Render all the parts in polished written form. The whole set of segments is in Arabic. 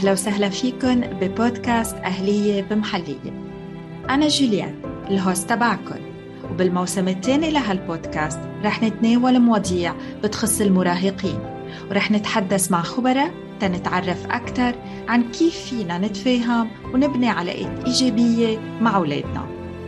أهلا وسهلا فيكن ببودكاست أهلية بمحلية. أنا جوليان الهوست تبعكن، وبالموسم الثاني لهالبودكاست رح نتناول مواضيع بتخص المراهقين، ورح نتحدث مع خبراء تنتعرف أكثر عن كيف فينا نتفاهم ونبني علاقات إيجابية مع أولادنا.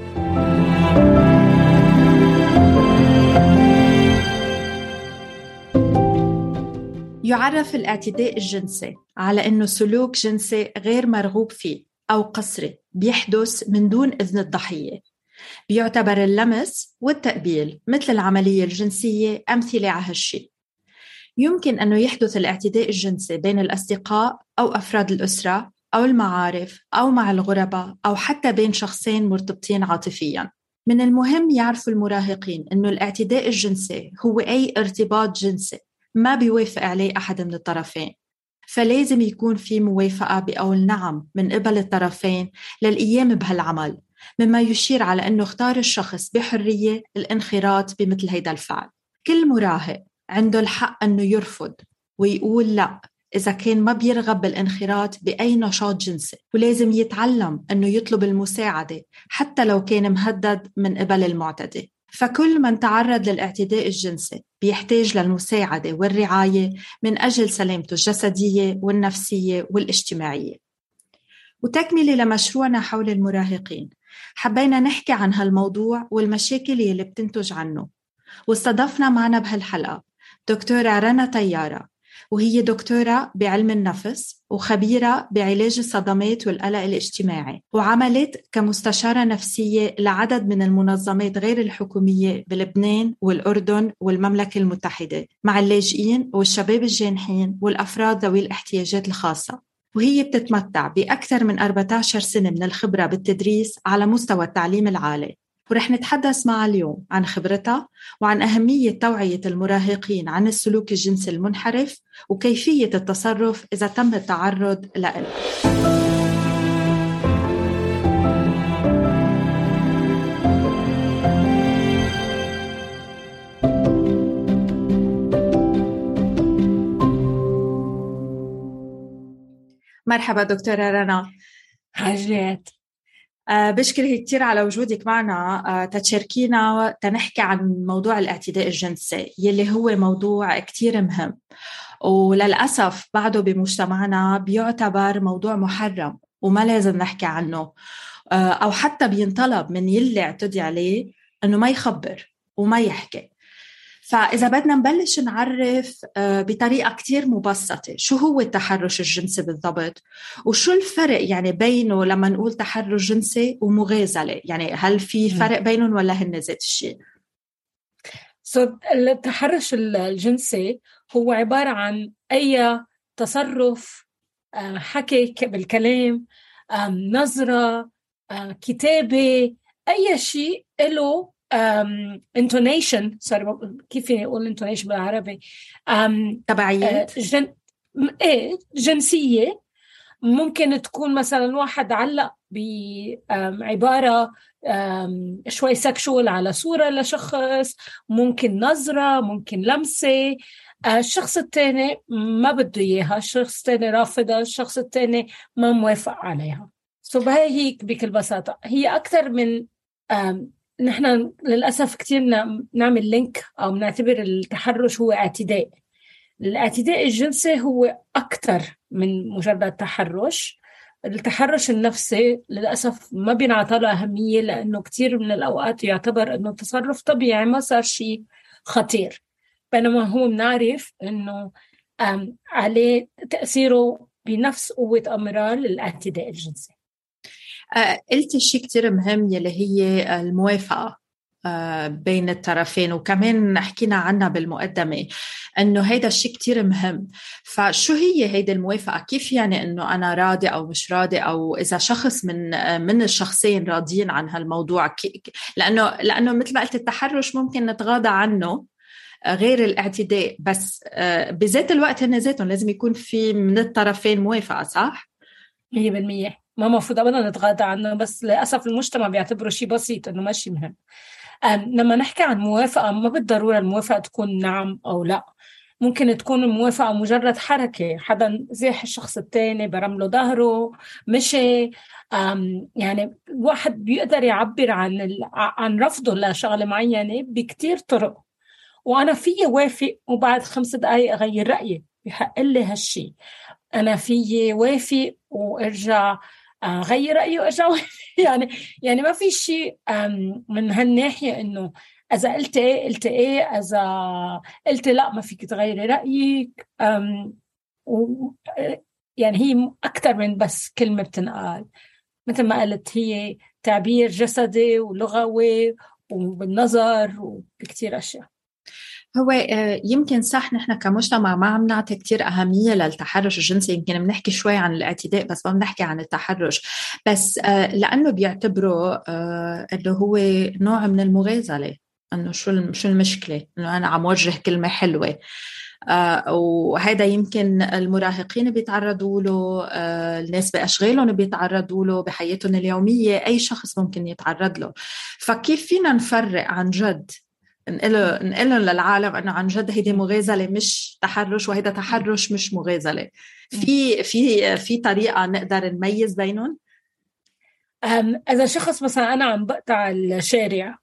يعرف الاعتداء الجنسي على أنه سلوك جنسي غير مرغوب فيه أو قسري بيحدث من دون إذن الضحية. بيعتبر اللمس والتقبيل مثل العملية الجنسية أمثلة على هالشي. يمكن أنه يحدث الاعتداء الجنسي بين الأصدقاء أو أفراد الأسرة أو المعارف أو مع الغرباء أو حتى بين شخصين مرتبطين عاطفياً. من المهم يعرفوا المراهقين أنه الاعتداء الجنسي هو أي ارتباط جنسي ما بيوافق عليه أحد من الطرفين، فلازم يكون في موافقة بقول نعم من قبل الطرفين للقيام بهالعمل، مما يشير على أنه اختار الشخص بحرية الانخراط بمثل هيدا الفعل. كل مراهق عنده الحق أنه يرفض ويقول لا إذا كان ما بيرغب بالانخراط بأي نشاط جنسي، ولازم يتعلم أنه يطلب المساعدة حتى لو كان مهدد من قبل المعتدي. فكل من تعرض للاعتداء الجنسي بيحتاج للمساعدة والرعاية من أجل سلامته الجسدية والنفسية والاجتماعية. وتكملة لمشروعنا حول المراهقين، حبينا نحكي عن هالموضوع والمشاكل اللي بتنتج عنه، واستضفنا معنا بهالحلقة دكتورة رنا طيارة، وهي دكتورة بعلم النفس وخبيرة بعلاج الصدمات والقلق الاجتماعي، وعملت كمستشارة نفسية لعدد من المنظمات غير الحكومية بلبنان والأردن والمملكة المتحدة مع اللاجئين والشباب الجانحين والأفراد ذوي الاحتياجات الخاصة. وهي بتتمتع بأكثر من 14 سنة من الخبرة بالتدريس على مستوى التعليم العالي. ورح نتحدث معها اليوم عن خبرتها وعن أهمية توعية المراهقين عن السلوك الجنسي المنحرف وكيفية التصرف إذا تم التعرض له. مرحبا دكتورة رنا. حاجات بشكرك كتير على وجودك معنا تشاركينا تنحكي عن موضوع الاعتداء الجنسي يلي هو موضوع كتير مهم، وللأسف بعده بمجتمعنا بيعتبر موضوع محرم وما لازم نحكي عنه، أو حتى بينطلب من يلي اعتدي عليه أنه ما يخبر وما يحكي. فإذا بدنا نبلش نعرف بطريقة كتير مبسطة شو هو التحرش الجنسي بالضبط، وشو الفرق يعني بينه لما نقول تحرش جنسي ومغازلة، يعني هل في فرق بينهم ولا هن ذات الشيء؟ التحرش الجنسي هو عبارة عن أي تصرف، حكي بالكلام، نظرة، كتابة، أي شيء له intonation، كيف يقول intonation بالعربي؟ تبعيات جنسية. ممكن تكون مثلا واحد علق بعبارة شوي سكشوال على صورة لشخص، ممكن نظرة، ممكن لمسة، الشخص الثاني ما بده إياها، الشخص الثاني رافضها، الشخص الثاني ما موافق عليها. فهي هيك بكل بساطة. هي أكثر من نحن للأسف كتير نعمل لينك أو نعتبر التحرش هو اعتداء. الاعتداء الجنسي هو أكثر من مجرد تحرش. التحرش النفسي للأسف ما بينعطى له أهمية، لأنه كتير من الأوقات يعتبر أنه تصرف طبيعي، ما صار شيء خطير، بينما هو بنعرف أنه عليه تأثيره بنفس قوة أمرار الاعتداء الجنسي. قلت شيء كتير مهم يلي هي الموافقة بين الطرفين، وكمان حكينا عنها بالمقدمة أنه هيدا الشيء كتير مهم. فشو هي هيدا الموافقة؟ كيف يعني أنه أنا راضي أو مش راضي، أو إذا شخص من الشخصين راضيين عن هالموضوع؟ لأنه مثل ما قلت التحرش ممكن نتغاضى عنه غير الاعتداء، بس بذات الوقت هن ذاتهم لازم يكون في من الطرفين موافقة، صح؟ 100% ما مفروض أبدا نتغاضى عنه، بس للأسف المجتمع بيعتبره شيء بسيط، إنه ماشي مهم. لما نحكي عن موافقة، ما بالضرورة الموافقة تكون نعم أو لا. ممكن تكون الموافقة مجرد حركة، حدا زيح الشخص التاني، برمله ظهره، مشي. يعني الواحد بيقدر يعبر عن رفضه لشغلة معينة بكتير طرق. وأنا فيي وافق وبعد 5 دقايق أغير رأيي، بحق لي هالشي. أنا فيي وافق وارجع غير رأيي وارجع يعني يعني ما في شيء من هالناحية انه اذا قلت ايه قلت ايه، اذا قلت لا ما فيك تغيري رأيك. و يعني هي اكثر من بس كلمة بتنقال. مثل ما قلت، هي تعبير جسدي ولغوي وبالنظر وبكتير اشياء. هو يمكن صح، نحن كمجتمع ما عم نعطي كتير أهمية للتحرش الجنسي. يمكن بنحكي شوي عن الاعتداء بس ما بنحكي عن التحرش. بس لأنه بيعتبروا أنه هو نوع من المغازلة، أنه شو المشكلة أنه أنا عم وجه كلمة حلوة. وهذا يمكن المراهقين بيتعرضوا له، الناس بأشغالهم بيتعرضوا له، بحياتهم اليومية أي شخص ممكن يتعرض له. فكيف فينا نفرق عن جد، نقلهم للعالم انه عن جد هيدي مغازله مش تحرش، وهيدا تحرش مش مغازله؟ في طريقه نقدر نميز بينهم؟ اذا شخص مثلا انا عم بقطع الشارع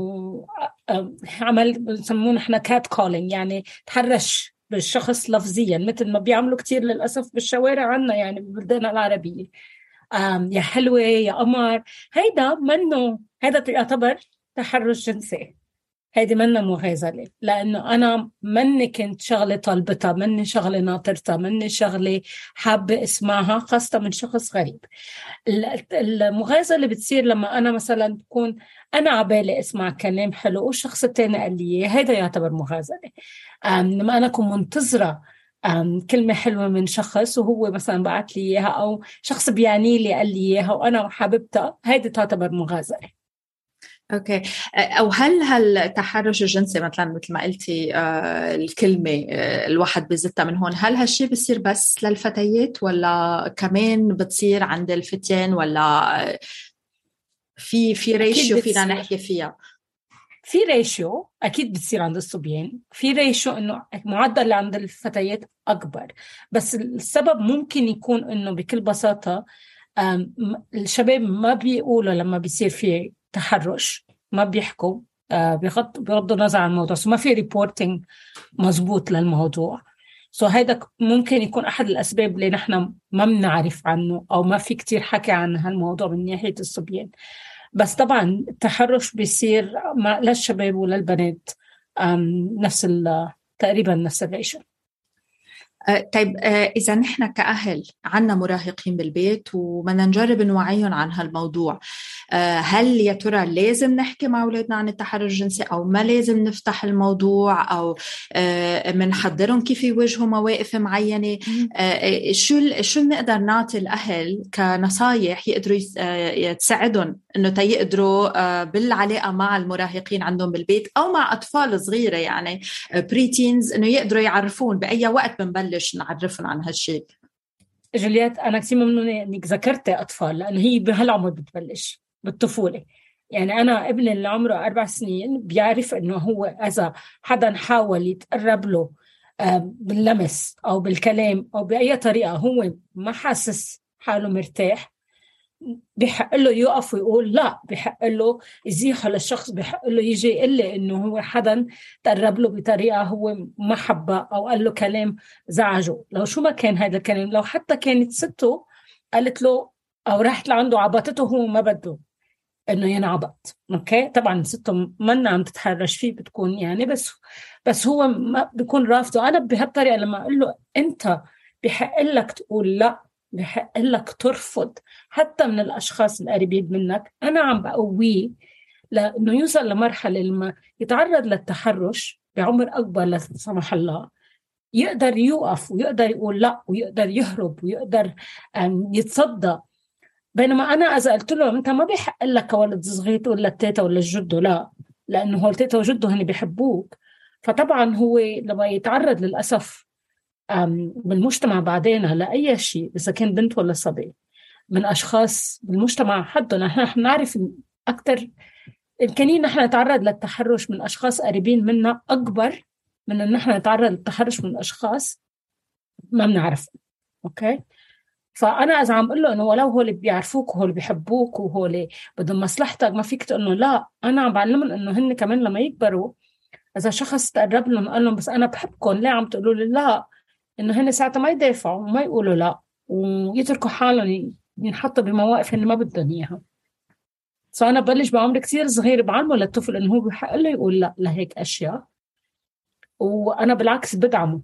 وعمل بسمونه احنا كات كولينج، يعني تحرش بالشخص لفظيا مثل ما بيعملوا كتير للاسف بالشوارع عنا، يعني ببلداننا العربيه. يا حلوه يا قمر، هيدا يعتبر تحرش جنسي. هيدي منا مغازلة، لأنه أنا مني كنت شغلة طالبتها، مني شغلة ناطرتها، مني شغلة حابة اسمعها، خاصة من شخص غريب. المغازلة بتصير لما أنا مثلا بكون أنا عبالي اسمع كلام حلو والشخص التاني قال لي هيدا يعتبر مغازلة. لما أنا أكون منتظرة كلمة حلوة من شخص وهو مثلا بعت لي إياها، أو شخص بيعني لي قال لي إياها وأنا حاببتها، هيدي تعتبر مغازلة. اوكي. او هل التحرش الجنسي مثلا مثل ما قلتي الكلمه الواحد بزتها من هون، هل هالشيء بصير بس للفتيات ولا كمان بتصير عند الفتيان، ولا في ريشيو فينا نحكي فيها؟ في ريشيو أكيد بتصير عند الصبيان، في ريشيو إنه معدل عند الفتيات أكبر. بس السبب ممكن يكون إنه بكل بساطة الشباب ما بيقولوا لما بيصير في تحرش، ما بيحكوا، بيغضوا نظر عن الموضوع، ما في ريبورتينج مزبوط للموضوع. هيدا ممكن يكون أحد الأسباب اللي نحن ما بنعرف عنه أو ما في كتير حكي عن هالموضوع من ناحية الصبيان. بس طبعا التحرش بيصير للشباب وللبنات تقريبا نفس الريشة. طيب إذا نحن كأهل عنا مراهقين بالبيت وبدنا نجرب نوعيهم عن هالموضوع، هل يا ترى لازم نحكي مع أولادنا عن التحرش الجنسي أو ما لازم نفتح الموضوع، أو منحضرهم كيف يواجهوا مواقف معينة؟ شو نقدر نعطي الأهل كنصايح يقدروا تساعدهم إنه تيقدروا بالعلاقة مع المراهقين عندهم بالبيت أو مع أطفال صغيرة، يعني بريتينز، إنه يقدروا يعرفون بأي وقت بنبلش نعرفهم عن هالشيء؟ جوليات، أنا كثير ممنونة إنك ذكرتي أطفال، لأنه هي بهالعمر بتبلش بالطفولة. يعني أنا ابني اللي عمره 4 سنين بيعرف إنه هو إذا حدا حاول يتقرب له باللمس أو بالكلام أو بأي طريقة هو ما حاسس حاله مرتاح، بحق له يقف ويقول لا، بحق له يزيح للشخص، بحق له يجي يقول لي انه هو حدا تقرب له بطريقه هو ما حبه او قال له كلام زعجه، لو شو ما كان هذا الكلام، لو حتى كانت سته قالت له او راحت لعنده عبطته هو ما بده انه ينعبط. اوكي، طبعا سته منا عم تتحرش فيه، بتكون يعني بس هو ما بيكون رافضه. انا بهالطريقه لما اقول له انت بحق لك تقول لا، بحق لك ترفض حتى من الاشخاص القريبين منك، انا عم بقويه لانه يوصل لمرحله لما يتعرض للتحرش بعمر اكبر لا سمح الله يقدر يوقف ويقدر يقول لا ويقدر يهرب ويقدر يتصدى. بينما أنا إذا قلت له أنت ما بيحق لك كولد صغير تقول للتيتا ولا الجدو لا، لأنه هو التيتا وجده هن بيحبوك. فطبعا هو لما يتعرض للأسف بالمجتمع بعدين لأي شيء، إذا كان بنت ولا صبي، من أشخاص بالمجتمع حدنا، نحن نعرف أكثر إمكانية نحن نتعرض للتحرش من أشخاص قريبين منا أكبر من إن إحنا نتعرض للتحرش من الأشخاص ما بنعرف. أوكي، فأنا إذا عم أقول له إنه ولو هو اللي بيعرفوك وهو اللي بيحبوك وهو اللي بدهم مصلحتك، ما فيك تقول إنه لا. أنا عم بعلمهم إنه هن كمان لما يكبروا، إذا شخص تقرب لهم قال لهم بس أنا بحبكم، ليه عم تقولوا لي لا؟ إنه هن ساعتها ما يدافعوا وما يقولوا لا، ويتركوا حالهم ينحطوا بمواقف هن ما بدهم إياها. فأنا ببلش بعمر كتير صغير بعلمه للطفل إنه هو بحق له يقول لا لهيك أشياء، وأنا بالعكس بدعمه.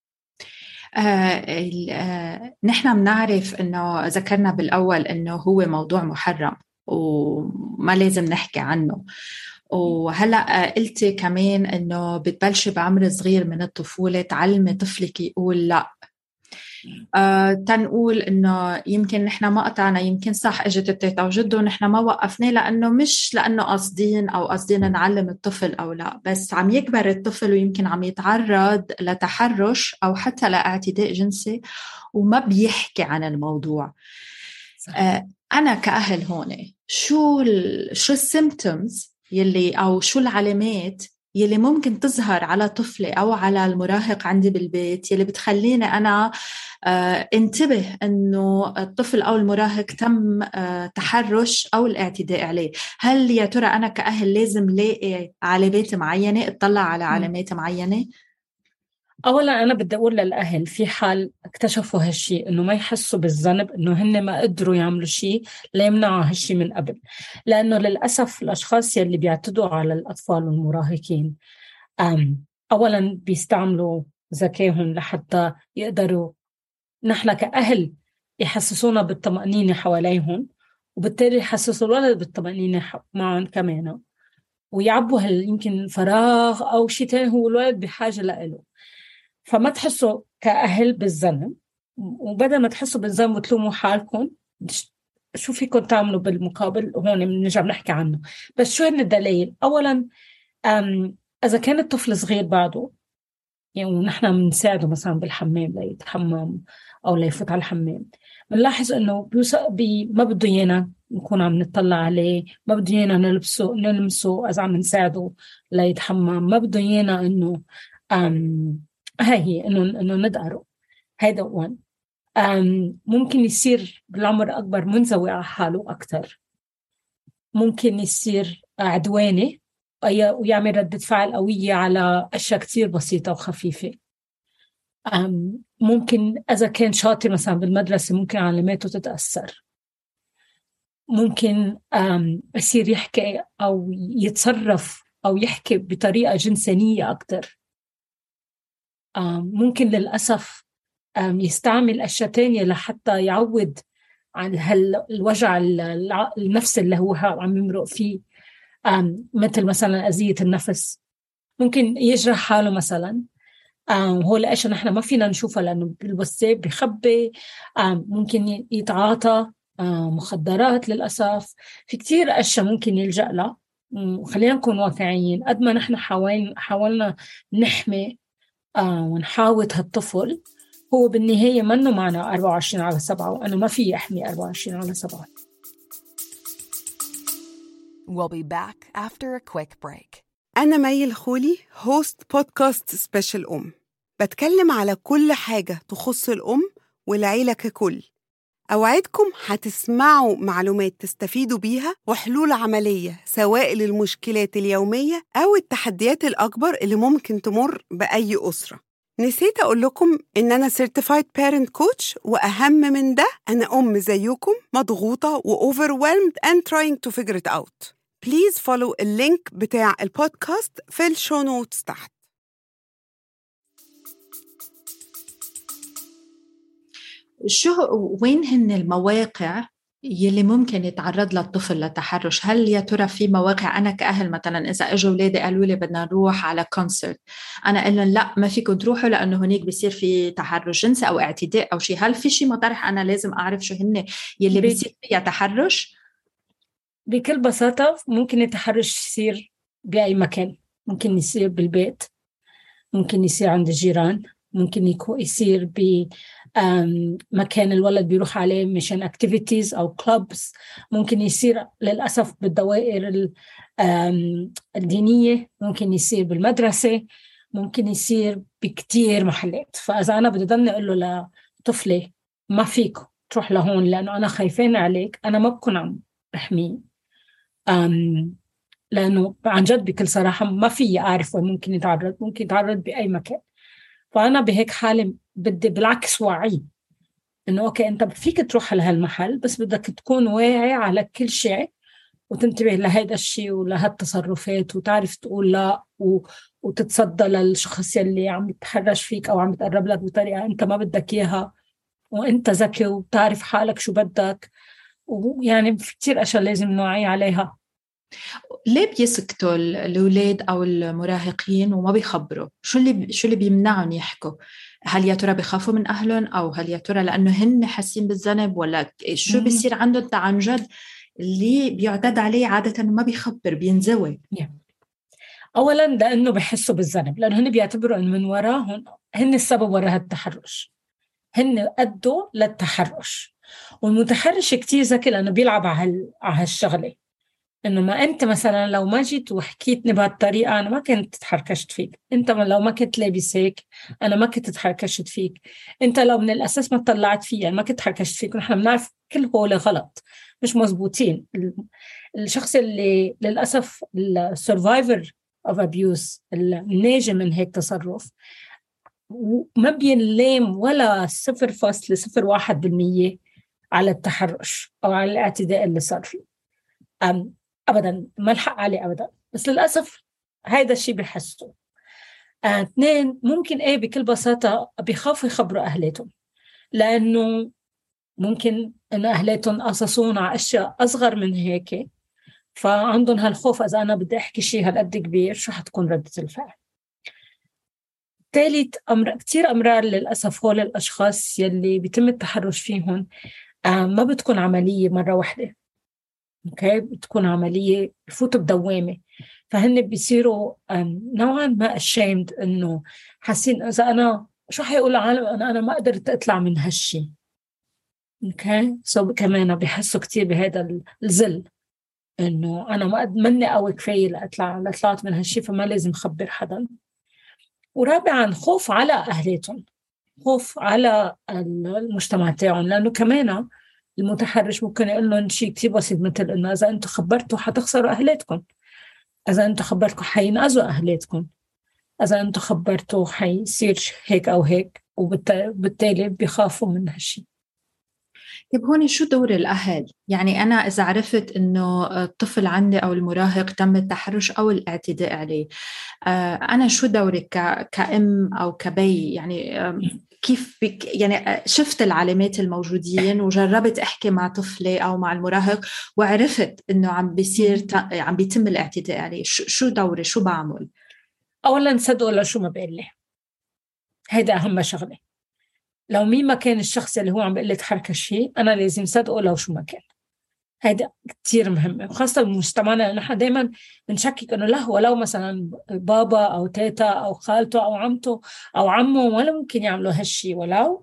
نحن بنعرف إنه ذكرنا بالأول إنه هو موضوع محرم وما لازم نحكي عنه، وهلأ قلتي كمان إنه بتبلشي بعمر صغير من الطفولة تعلمي طفلك يقول لا. تنقول إنه يمكن نحن ما قطعنا، يمكن صح اجت التيتا وجده ونحن ما وقفناه لأنه مش لأنه قاصدين أو قاصدين نعلم الطفل أو لا، بس عم يكبر الطفل ويمكن عم يتعرض لتحرش أو حتى لاعتداء جنسي وما بيحكي عن الموضوع. أنا كأهل هون شو السيمبتومز يلي أو شو العلامات يلي ممكن تظهر على طفلي أو على المراهق عندي بالبيت يلي بتخليني أنا انتبه أنه الطفل أو المراهق تم تحرش أو الاعتداء عليه؟ هل يا ترى أنا كأهل لازم لاقي علامات معينة، اطلع على علامات معينة؟ أولا أنا بدي أقول للأهل في حال اكتشفوا هالشي إنه ما يحسوا بالذنب إنه هن ما قدروا يعملوا شيء ليمنعوا هالشي من قبل، لأنه للأسف الأشخاص يلي بيعتدوا على الأطفال والمراهقين أولا بيستعملوا ذكائهم لحتى يقدروا نحن كأهل يحسسونا بالطمأنينة حواليهم، وبالتالي يحسسوا الولد بالطمأنينة معهم كمان، ويعبوا يمكن فراغ أو شيء تاني هو الولد بحاجة لإله. فما تحسوا كأهل بالذنب، وبدل ما تحسوا بالذنب وتلوموا حالكم، شو فيكم تعملوا بالمقابل؟ هون بنرجع بنحكي عنه. بس شو هن الدلائل؟ أولا إذا كان الطفل صغير بعده، يعني ونحن بنساعده مثلا بالحمام ليتحمم أو ليفوت على الحمام، بنلاحظ إنه ما بده إيانا نكون عم نطلع عليه، ما بده إيانا نلمسه إذا عم نساعده ليتحمم، ما بده إيانا إنه هي إنه ندقره. هيدا وان. ممكن يصير بالعمر أكبر منزوي على حاله أكتر، ممكن يصير عدواني ويعمل ردة فعل قوية على أشياء كتير بسيطة وخفيفة. ممكن إذا كان شاطر مثلا بالمدرسة ممكن علاماته تتأثر، ممكن يصير يحكي أو يتصرف أو يحكي بطريقة جنسانية أكتر. ممكن للأسف يستعمل أشياء تانية لحتى يعود عن الوجع النفسي اللي هو عم يمرق فيه، مثل مثلا أذية النفس. ممكن يجرح حاله مثلا، وهو الأشياء نحن ما فينا نشوفها لأنه بالوساب بيخبي. ممكن يتعاطى مخدرات. للأسف في كتير أشياء ممكن يلجأ لها. وخلينا نكون واقعيين، قد ما نحن حاولنا نحمي ونحاوط هالطفل، هو بالنهاية منه معنا 24/7، وأنا ما في أحمي 24/7. We'll be back after a quick break. أنا مي الخولي، هوست بودكاست سبيشال أم. بتكلم على كل حاجة تخص الأم والعيلة ككل. أوعدكم هتسمعوا معلومات تستفيدوا بيها وحلول عملية، سواء للمشكلات اليومية أو التحديات الأكبر اللي ممكن تمر بأي أسرة. نسيت أقول لكم إن أنا Certified Parent Coach، وأهم من ده أنا أم زيكم مضغوطة و overwhelmed and trying to figure it out. Please follow اللينك بتاع البودكاست في الشو نوتس تحت. وين هن المواقع يلي ممكن يتعرض للطفل للتحرش؟ هل يا ترى في مواقع أنا كأهل مثلا إذا أجوا أولادي قالوا لي بدنا نروح على كونسرت، أنا قلنا لا ما فيكم تروحوا لأنه هناك بيصير في تحرش جنسي أو اعتداء أو شيء؟ هل في شيء مطارح أنا لازم أعرف شو هن يلي بيصير فيها تحرش؟ بكل بساطة ممكن التحرش يصير بأي مكان. ممكن يصير بالبيت، ممكن يصير عند الجيران، ممكن يصير بمكان الولد بيروح عليه ميشن اكتيفيتيز أو كلوبس، ممكن يصير للأسف بالدوائر الدينية، ممكن يصير بالمدرسة، ممكن يصير بكتير محلات. فإذا أنا بدي ضلني أقول له لطفلي ما فيك تروح لهون لأنه أنا خايفين عليك، أنا ما بكون عم بحميه. لأنه عن جد بكل صراحة ما في أعرف وين ممكن يتعرض بأي مكان. فأنا بهيك حالة بدي بالعكس وعي إنه أوكي أنت فيك تروح لهالمحل، بس بدك تكون واعي على كل شيء وتنتبه لهذا الشيء ولهالتصرفات وتعرف تقول لا وتتصدى للشخص يلي عم يتحرش فيك أو عم يتقرب لك بطريقة أنت ما بدك إياها، وأنت ذكي وبتعرف حالك شو بدك. ويعني في كتير أشياء لازم نوعي عليها. ليه بيسكتوا الأولاد أو المراهقين وما بيخبروا؟ شو اللي بيمنعهم يحكوا؟ هل يا ترى بيخافوا من أهلهم، أو هل يا ترى لأنه هن حاسين بالذنب، ولا شو بيصير عندهم عن جد اللي بيعتاد عليه عادة ما بيخبر بينزوي؟ أولاً لأنه بحسوا بالذنب، لأنه هن بيعتبروا أن من وراهم هن السبب وراء التحرش، هن أدوا للتحرش. والمتحرش كتير ذكي لأنه بيلعب على هالشغلة، إنه ما أنت مثلا لو ما جيت وحكيتني بهالطريقة أنا ما كنت تحركشت فيك، أنت لو ما كنت لابس هيك أنا ما كنت تحركشت فيك، أنت لو من الأساس ما طلعت فيا ما كنت تحركشت فيك. ونحن بنعرف كل هول غلط مش مزبوطين. الشخص اللي للأسف السرفايفر of abuse الناجي من هيك تصرف ما بينلام ولا 0.01% على التحرش أو على الاعتداء اللي صار فيه. أبداً ما الحق عليه أبداً، بس للأسف هيدا الشيء بيحسوا. اثنين، ممكن بكل بساطة بيخافوا يخبروا أهلاتهم، لأنه ممكن إن أهلاتهم قصصون على أشياء أصغر من هيك، فعندهم هالخوف إذا أنا بدي أحكي شيء هالقد كبير شو حتكون ردة الفعل. ثالث، كتير أمرار للأسف هول الأشخاص يلي بيتم التحرش فيهم ما بتكون عملية مرة واحدة، اوكي، بتكون عملية بفوتوا بدوامة. فهن بيصيروا نوعا ما ashamed انه حاسين اذا انا شو حيقول العالم انا ما قدرت اطلع من هالشي. اوكي، كمان بيحسوا كتير بهذا الذل انه انا ما مني قوي كفاية لطلعت من هالشي، فما لازم اخبر حدا. ورابعا، خوف على اهلاتهم، خوف على المجتمع تاعهم، لانه كمان المتحرش ممكن يقول لهم شيء كتير بسيط مثل إنه إذا أنتوا خبرتوا حتخسروا أهلاتكم، إذا أنتوا خبرتوا حينقذوا أهلاتكم، إذا أنتوا خبرتوا حيصير هيك أو هيك، وبالتالي بيخافوا من هالشيء. طيب هون شو دور الأهل؟ يعني أنا إذا عرفت إنه الطفل عندي أو المراهق تم التحرش أو الاعتداء عليه، أنا شو دوري كأم أو كبي؟ يعني كيف يعني شفت العلامات الموجودين وجربت أحكي مع طفلي أو مع المراهق وعرفت إنه عم بيتم الاعتداء عليه، شو دوري؟ شو بعمل؟ أولا صدقوا لشو ما بقول له، هيدا أهم شغلة. لو مين ما كان الشخص اللي هو عم بقول لي تحركش فيه أنا لازم صدقه لو شو ما كان. هيدا كتير مهم، وخاصة بمجتمعنا نحن دايما بنشكك إنه لا، ولو مثلا بابا أو تيتا أو خالته أو عمته أو عمه ولا ممكن يعملوا هالشي، ولو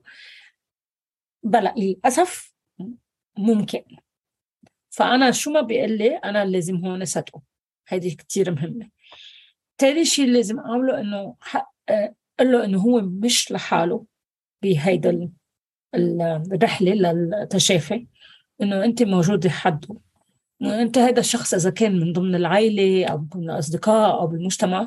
بلا للأسف ممكن. فأنا شو ما بيقول لي أنا لازم هون صدقه، هيدي كتير مهمة. تاني شيء لازم أعمله إنه قل له إنه هو مش لحاله بهيدا الرحلة للتشافي، إنه أنت موجودة حده، وأنت هذا الشخص إذا كان من ضمن العائلة أو من الأصدقاء أو بالمجتمع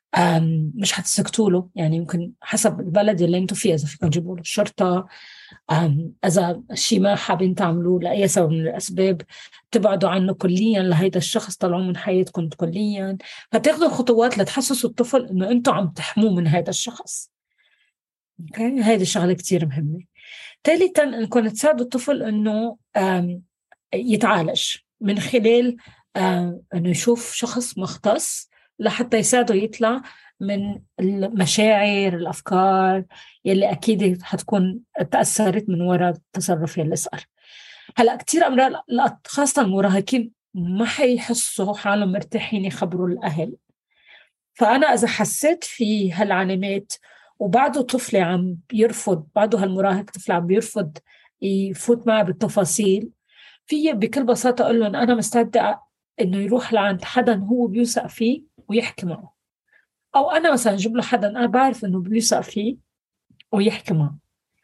مش هتسكتوا له. يعني يمكن حسب البلد اللي أنتوا فيه إذا فيكم تجيبوا له الشرطة، إذا شيء ما حابين تعملوه لأي سبب من الأسباب تبعدوا عنه كليا لهيدا الشخص، طلعوا من حياتكم كليا، فتاخذوا خطوات لتحسسوا الطفل إنه أنتوا عم تحموه من هذا الشخص. أوكي، هذه الشغلة كتير مهمة. ثالثا، إنكم تساعدوا الطفل إنه يتعالج من خلال إنه يشوف شخص مختص لحتى يساعده يطلع من المشاعر الأفكار يلي أكيد هتكون تأثرت من وراء التصرف يلي صار. هلأ كتير أمراض خاصة المراهقين ما حيحسوا حالهم مرتاحين يخبروا الأهل. فأنا إذا حسيت في هالعلامات وبعده طفلي عم بيرفض، بعده هالمراهق طفل عم بيرفض يفوت معه بالتفاصيل، في بكل بساطة أقول لهم أنا مستعدة إنه يروح لعند حدا هو بيوثق فيه ويحكي معه، أو أنا مثلا أجيب له حدا أنا بعرف إنه بيثق فيه ويحكي معه.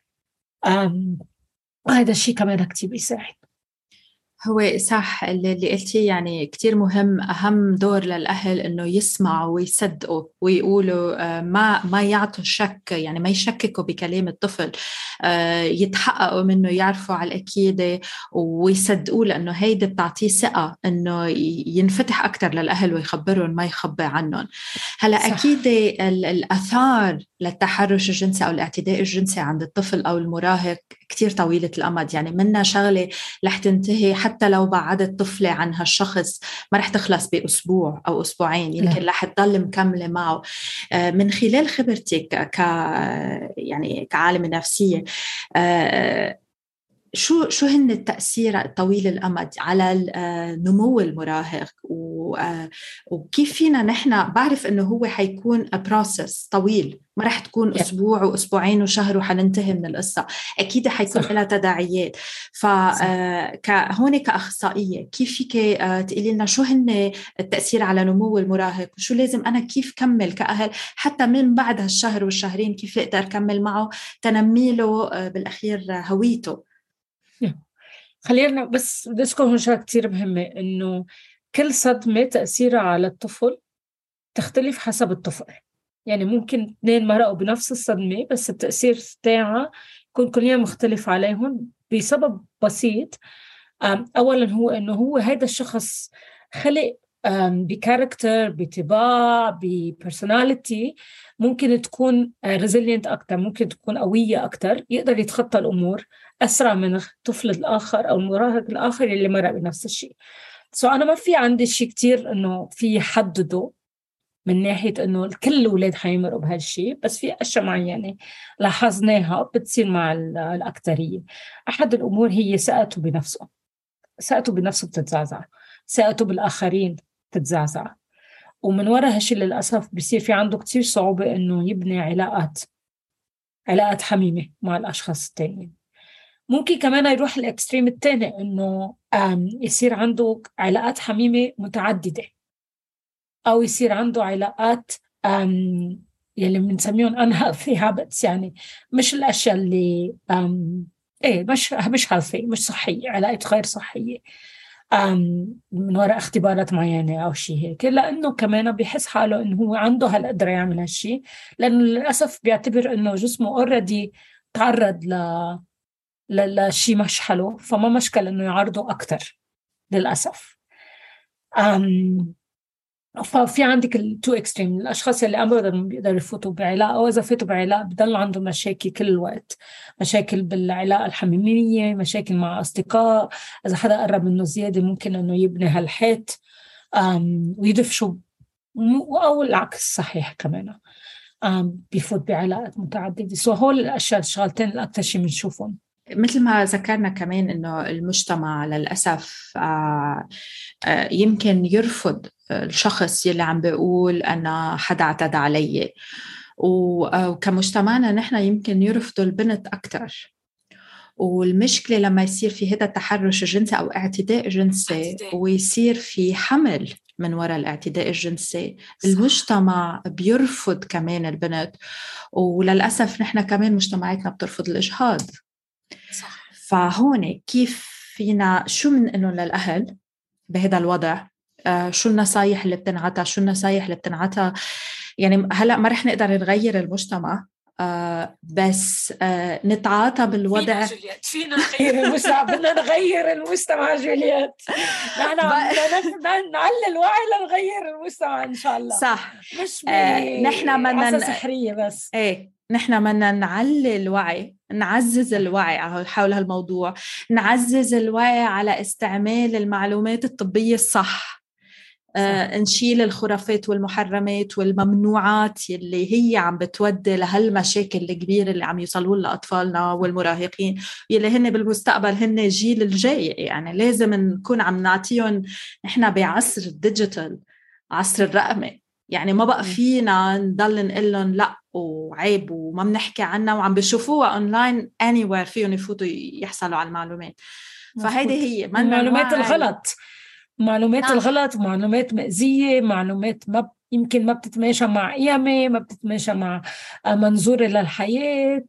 هذا الشيء كمان كتير بيساعد. هو صح اللي قلتيه، يعني كتير مهم. أهم دور للأهل إنه يسمعوا ويصدقوا ويقولوا، ما يعطوا شك، يعني ما يشككوا بكلام الطفل، يتحققوا منه، يعرفوا على الأكيد ويصدقوا، لأنه هيدا بتعطيه ثقة إنه ينفتح أكتر للأهل ويخبرهم ما يخبي عنهم. هلا أكيد الآثار للتحرش الجنسي أو الاعتداء الجنسي عند الطفل أو المراهق كتير طويلة الأمد، يعني منها شغلة رح تنتهي حتى لو بعدت طفلة عن هالشخص ما رح تخلص بأسبوع أو أسبوعين، يمكن رح تضل مكملة معه. من خلال خبرتك يعني كعالمة نفسية، شو هن التأثير طويل الأمد على نمو المراهق، وكيف فينا نحن، بعرف إنه هو حيكون بروسس طويل، ما رح تكون أسبوع وأسبوعين وشهر وحننتهي من القصة، أكيد حيكون لها تداعيات. فهون كأخصائية كيف فيك تقولي لنا شو هن التأثير على نمو المراهق، وشو لازم أنا كيف كمل كأهل حتى من بعد هالشهر والشهرين، كيف أقدر أكمل معه تنمي له بالأخير هويته. خلينا بس بديسكم هون شغلة كتير مهمة، إنه كل صدمة تأثيرها على الطفل تختلف حسب الطفل. يعني ممكن 2 مرقوا بنفس الصدمة بس التأثير تاعها يكون كليا مختلف عليهم بسبب بسيط. أولا هو إنه هو هذا الشخص خلق بكاركتر، بطباع، ببرسوناليتي ممكن تكون ريزيلينت أكتر، ممكن تكون قوية أكتر، يقدر يتخطى الأمور أسرع من الطفل الآخر أو المراهق الآخر اللي مرق بنفس الشيء. أنا ما في عندي شيء كتير إنه في حدده من ناحية إنه كل الأولاد حيمروا بهالشيء، بس في أشياء معينة لاحظناها بتصير مع الأكترية. أحد الأمور هي ثقته بنفسه. ثقته بنفسه بتتزعزع، ثقته بالآخرين بتتزعزع، ومن وراء هالشيء للأسف بيصير في عنده كتير صعوبة إنه يبني علاقات حميمة مع الأشخاص التانيين. ممكن كمان يروح الإكستريم التاني إنه يصير عنده علاقات حميمة متعددة، أو يصير عنده علاقات يلي بنسميهم unhealthy habits، يعني مش الأشياء اللي مش healthy، مش صحية، علاقات غير صحية من وراء اختبارات معينة أو شيء هيك، لأنه كمان بيحس حاله إنه هو عنده هالقدرة يعمل هالشيء، لأنه للأسف بيعتبر إنه جسمه already تعرض لشيء مش حلو، فما مشكلة إنه يعرضه أكتر للأسف. ففي عندك التو اكستريم، الاشخاص اللي ابدا بيقدروا يفوتوا بعلاقه، واذا فاتوا بعلاقه بضل عندهم مشاكل كل الوقت، مشاكل بالعلاقه الحميميه، مشاكل مع اصدقاء، اذا حدا قرب منه زياده ممكن انه يبني هالحيط ويدفشوا، او العكس صحيح كمان بيفوت بعلاقات متعدده. هول الاشياء الشغلتين الاكثر شيء بنشوفهم. مثل ما ذكرنا كمان إنه المجتمع للأسف يمكن يرفض الشخص يلي عم بيقول أنا حدا اعتدى علي، وكمجتمعنا نحن يمكن يرفضوا البنت أكتر. والمشكلة لما يصير في هذا التحرش الجنسي أو اعتداء جنسي ويصير في حمل من وراء الاعتداء الجنسي، المجتمع بيرفض كمان البنت، وللأسف نحن كمان مجتمعاتنا بترفض الإجهاض. فهون كيف فينا، شو من إنه للأهل بهذا الوضع، شو النصايح اللي بتنعطى، شو النصايح اللي بتنعطى؟ يعني هلأ ما رح نقدر نغير المجتمع، بس نتعاطى بالوضع. فينا نغير المجتمع، بدنا نغير المجتمع جوليات، نحن نعلي الوعي لنغير المجتمع إن شاء الله. صح، مش نحن بدنا سحرية بس. نحن بدنا نعلي الوعي، نعزز الوعي حول هالموضوع، نعزز الوعي على استعمال المعلومات الطبية الصح. نشيل الخرافات والمحرمات والممنوعات اللي هي عم بتودي لهالمشاكل الكبيرة اللي عم يوصلوا لأطفالنا والمراهقين اللي هن بالمستقبل هن جيل الجاي. يعني لازم نكون عم نعطيهم، نحن بعصر الديجيتال، عصر الرقمي، يعني ما بقى فينا نضل نقول لهم لا وعيب وما بنحكي عنها، وعم بيشوفوها اونلاين anywhere فيهم يفوتوا يحصلوا على المعلومات. فهيدي هي المعلومات الغلط، معلومات نعم. الغلط، معلومات مأزية، معلومات يمكن ما بتتماشى مع قيمة، ما بتتماشى مع منظوري للحياة.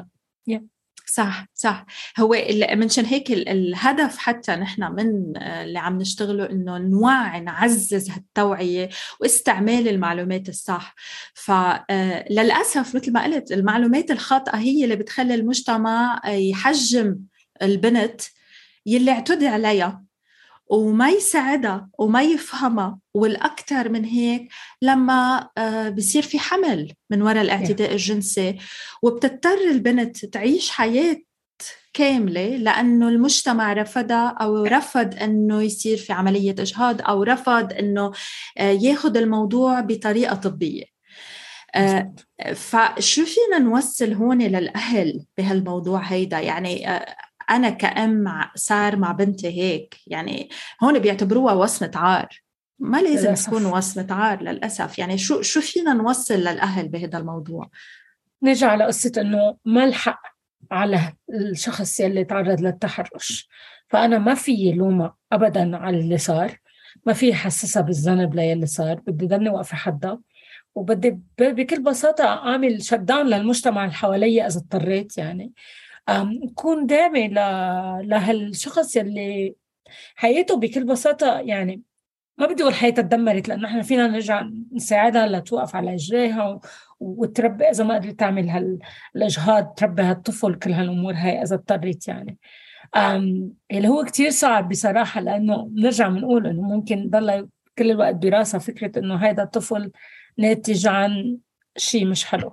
صح. هو منشان هيك الهدف حتى نحن من اللي عم نشتغله إنه نوعي نعزز هالتوعية واستعمال المعلومات الصح. فللأسف مثل ما قلت المعلومات الخاطئة هي اللي بتخلي المجتمع يحجم البنت يلي اعتدي عليها وما يساعدها وما يفهمها. والأكثر من هيك لما بيصير في حمل من وراء الاعتداء الجنسي، وبتضطر البنت تعيش حياة كاملة لأنه المجتمع رفضها، أو رفض أنه يصير في عملية إجهاض، أو رفض أنه ياخد الموضوع بطريقة طبية. فشو فينا نوصل هون للأهل بهالموضوع هيدا؟ يعني أنا كأم صار مع بنتي هيك، يعني هون بيعتبروها وصمة عار. ما لازم للأسف. تكون وصمة عار للأسف. يعني شو فينا نوصل للأهل بهذا الموضوع؟ نرجع على قصة إنه ما الحق على الشخص يلي تعرض للتحرش. فأنا ما في لومة أبدا على اللي صار، ما في حسسها بالذنب للي صار، بدي ضلني واقفة حدها، وبدي بكل بساطة أعمل شتداون للمجتمع اللي حوالي إذا اضطريت. يعني أكون داعمة لهالشخص يلي حياته بكل بساطة، يعني ما بدي أقول حياتها تدمرت، لأن احنا فينا نرجع نساعدها لتوقف على رجليها وتربي إذا ما قدرت تعمل هالإجهاض، تربي هالطفل، كل هالأمور هاي إذا اضطريت. يعني اللي هو كتير صعب بصراحة، لأنه نرجع بنقول إنه ممكن ضل كل الوقت براسها فكرة إنه هيدا الطفل ناتج عن شيء مش حلو.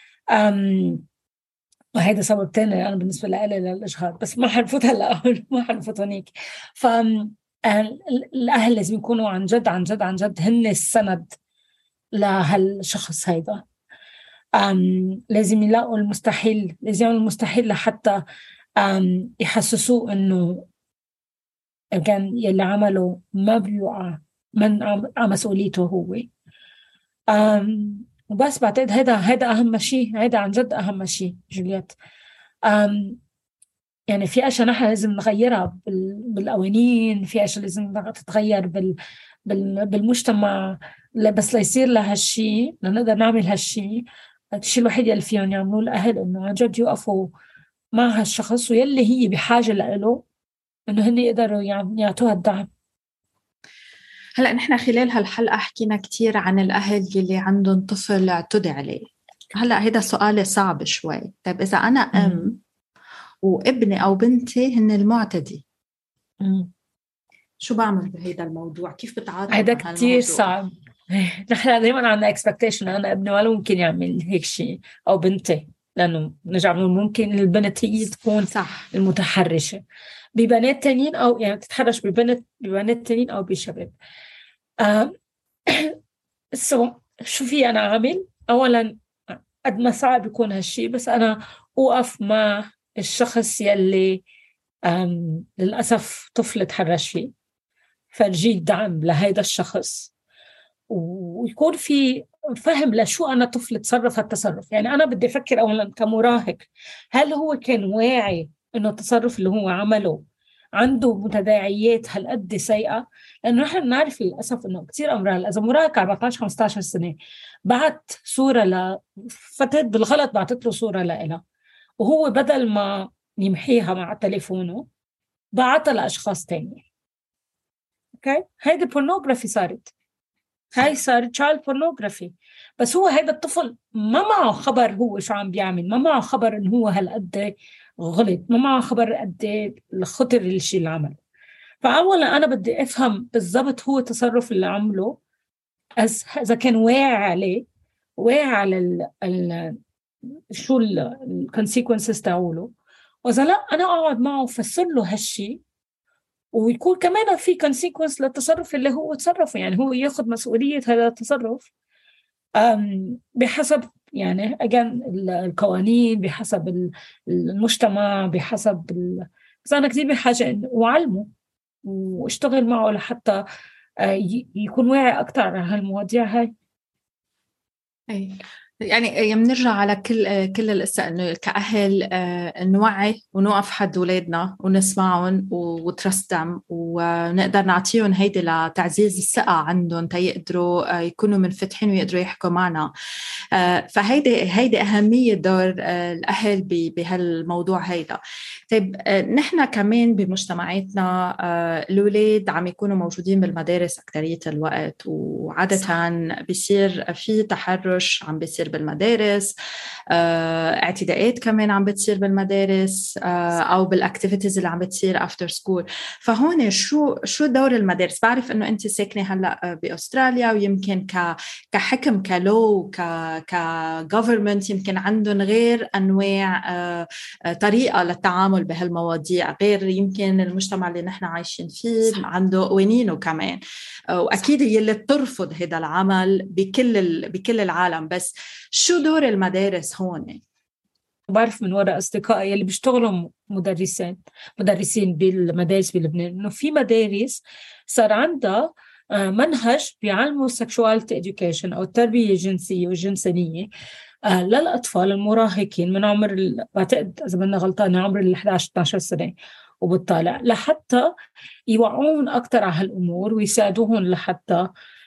وهيدا سبب تاني أنا بالنسبة لي للإجهاض، بس ما حنفوت هلأ ما حنفوت هونيك. الأهل لازم يكونوا عن جد عن جد عن جد هن السند لهالشخص هيدا. لازم يلاقوا المستحيل، لازم يعملوا المستحيل لحتى يحسسوه إنه كان يلي عمله ما بيوقع من على مسؤوليته هو. وبس بعتقد هيدا أهم شيء، هيدا عن جد أهم شيء جولييت. يعني في أشياء نحن لازم نغيرها بالقوانين، في أشياء لازم تتغير بالمجتمع، بس ليصير لهالشيء، لنقدر نعمل هالشيء. الشيء الوحيد اللي فيهم يعملوه الأهل إنه عن جد يوقفوا مع هالشخص، ويلي هي بحاجة له إنه هن يقدروا يعطوها الدعم. هلأ نحن خلال هالحلقة حكينا كتير عن الأهل يلي عندهم طفل اعتدى عليه. هلأ هيدا سؤال صعب شوي. طيب إذا أنا أم وابني أو بنتي هن المعتدي، شو بعمل بهيدا الموضوع؟ كيف بتعاطى؟ هيدا كتير صعب. نحن دايما عندنا expectation أنا ابني ولا ممكن يعمل هيك شيء، أو بنتي، لأنه نرجع ممكن البنت هي تكون صح. المتحرشة ببنات تانيين، أو يعني تتحرش ببنات تانيين أو بشباب. شو في أنا عامل؟ أولا قد ما صعب يكون هالشي، بس أنا أوقف مع الشخص يلي للأسف طفل تحرش فيه، فرجي دعم لهيدا الشخص، ويكون في فهم لشو أنا طفل تصرف هالتصرف. يعني أنا بدي أفكر أولا كمراهق، هل هو كان واعي إنه التصرف اللي هو عمله عنده متداعيات هالقد سيئة؟ لأنه نحن نعرف للأسف إنه كتير أمراض إذا مراهق 14-15 سنة بعت صورة فتاة بالغلط، بعتت له صورة لإلها، وهو بدل ما يمحيها مع تليفونه بعتها لأشخاص تانية. أوكي، هيدي بورنوغرافي صارت، هاي صارت child pornography. بس هو هيدا الطفل ما معه خبر هو شو عم بيعمل، ما معه خبر إنه هو هالقد غلط، ما معه خبر قد الخطر الشيء اللي عمله. فأولا أنا بدي أفهم بالضبط هو التصرف اللي عمله إذا كان واعي عليه، واعي على شو الكونسيكونسز تاعوله، وإذا لا أنا أقعد معه وفسر له هالشي، ويكون كمان في كونسيكونس للتصرف اللي هو تصرفه. يعني هو ياخد مسؤولية هذا التصرف بحسب يعني القوانين، بحسب المجتمع، بحسب بس أنا كتير بحاجة إنه أعلمه واشتغل معه لحتى يكون واعي أكتر على هالمواضيع هاي. أي يعني بنرجع على كل القصة إنه كأهل نوعي ونوقف حد أولادنا ونسمعهم وترستم ونقدر نعطيهم هيدي لتعزيز الثقة عندهم تيقدروا يكونوا منفتحين ويقدروا يحكوا معنا. فهيدي أهمية دور الأهل بهالموضوع هيدا. طيب نحن كمان بمجتمعاتنا الأولاد عم يكونوا موجودين بالمدارس أكترية الوقت، وعادة بيصير في تحرش عم بيصير بالمدارس، اعتداءات كمان عم بتصير بالمدارس أو بالأكتيفيتيز اللي عم بتصير after school. فهون شو دور المدارس؟ بعرف إنه أنت ساكنة هلأ بأستراليا، ويمكن كحكم كلو كgovernment يمكن عندهم غير أنواع طريقة للتعامل بهالمواضيع، غير يمكن المجتمع اللي نحن عايشين فيه عنده قوانينه كمان، وأكيد يلي ترفض هذا العمل بكل العالم. بس شو دور المدارس هون؟ بعرف من وراء أصدقائي اللي بيشتغلوا مدرسين بالمدارس بلبنان إنه في مدارس صار عندها منهج بيعلموا sexuality education أو التربية الجنسية والجنسانية للأطفال المراهقين من عمر بعتقد إذا بدنا غلطانة عمر 11-12 سنة وبالطالع، لحتى يوعوهم أكتر على هالأمور ويساعدوهم لحتى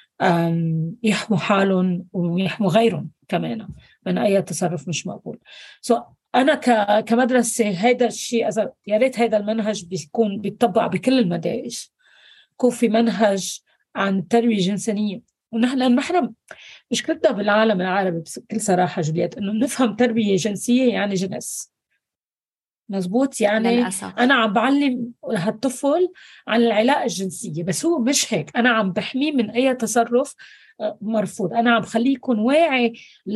يحموا حالهم ويحموا غيرهم كمان من أي تصرف مش مقبول. أنا كمدرسة هيدا الشيء يا ريت هيدا المنهج بيكون بيتطبق بكل المدارس، يكون في منهج عن التربية الجنسانية. ونحن مشكلتنا بالعالم العربي بكل صراحة جوليات إنه نفهم تربية جنسية يعني جنس، مزبوط؟ يعني للأسف. أنا عم بعلم هالطفل عن العلاقة الجنسية، بس هو مش هيك. أنا عم بحميه من أي تصرف مرفوض، أنا عم خليه يكون واعي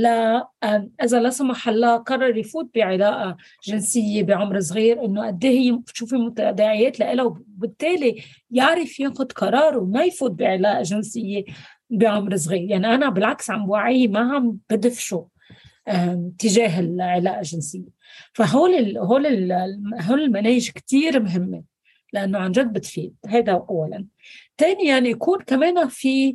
إذا لا سمح الله قرر يفوت بعلاقة جنسية بعمر صغير إنه قد إيه هي شوفي متداعيات لها، وبالتالي يعرف ياخد قرار وما يفوت بعلاقة جنسية بعمر صغير. يعني أنا بالعكس عم بوعيه، ما عم بدفشه تجاه العلاقة الجنسية. فهول المناهج كتير مهمة لأنه عن جد بتفيد. هذا أولا. ثانيا يعني يكون كمان في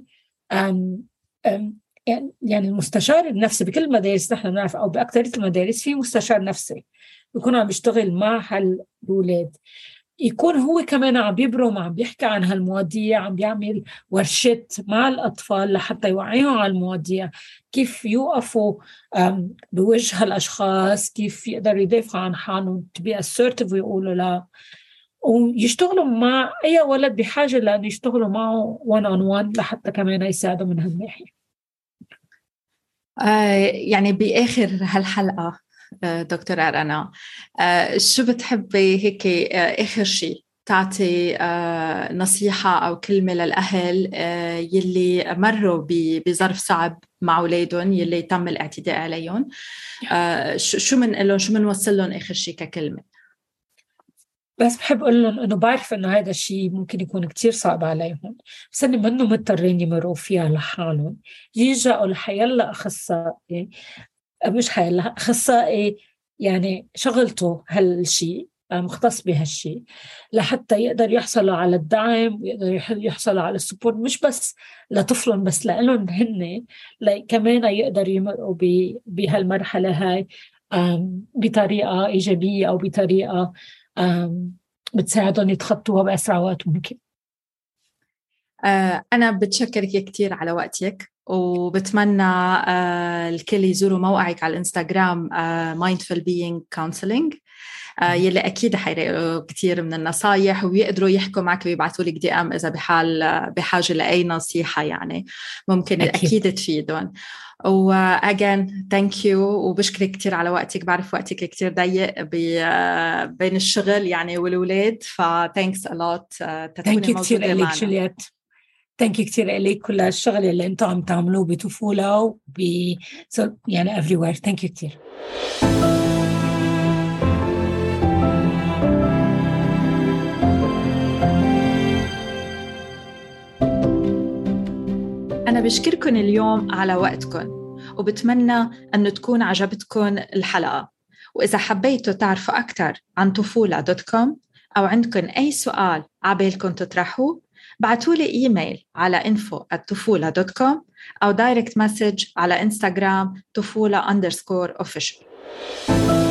يعني المستشار النفسي بكل المدارس، نحن نعرف أو بأكثر المدارس في مستشار نفسي يكون عم يشتغل مع هالأولاد، يكون هو كمان عم بيبرم، عم بيحكي عن هالمواضيع، عم بيعمل ورشات مع الأطفال لحتى يوعيهم على المواضيع، كيف يوقفوا بوجه هالأشخاص، كيف يقدروا يدافعوا عن حالهم، to be assertive ويقولوا لا، ويشتغلوا مع أي ولد بحاجة لأن يشتغلوا معه one on one لحتى كمان يساعدوا من هالناحية. يعني بآخر هالحلقة دكتور أرنا، شو بتحبي هيك آخر شيء تعطي نصيحة أو كلمة للأهل يلي مروا بظرف صعب مع أولادهم يلي تم الاعتداء عليهم؟ شو منقلهم، شو منوصل لهم آخر شيء ككلمة؟ بس بحب أقول لهم إنه بعرف إنه هذا الشيء ممكن يكون كتير صعب عليهم، بس إنه منهم مضطرين يمروا فيها لحالهم، يلجأوا لحيلا أخصائي، مش حيلا أخصائي يعني شغلته هالشيء مختص بهالشيء، لحتى يقدر يحصلوا على الدعم ويقدر يحصلوا على السبورت، مش بس لطفلهم بس لهم هن كمان يقدر يمروا بهالمرحلة هاي بطريقة إيجابية أو بطريقة بتساعدهم يتخطوها بأسرع وقت ممكن. أنا بتشكرك كتير على وقتك، وبتمنى الكل يزوروا موقعك على الانستغرام Mindful Being Counseling، يلي أكيد حيلاقوا كتير من النصايح ويقدروا يحكوا معك ويبعثوا لك DM إذا بحاجة لأي نصيحة يعني ممكن أكيد تفيدهم. وأجان thank you، وبشكرك كتير على وقتك، بعرف وقتك كتير ضيق بين الشغل يعني والولاد، thanks a lot تكوني موجودة معنا. thank you كتير إليك كل الشغل اللي أنتم عم تعملوه بطفولة يعني everywhere. thank you كتير. أنا بشكركن اليوم على وقتكن، وبتمنى أن تكون عجبتكن الحلقة. وإذا حبيتوا تعرفوا أكتر عن طفولة.com أو عندكن أي سؤال عبالكن تطرحوه، بعتولي إيميل على info@tufula.com أو دايركت مسج على إنستغرام tufula_official.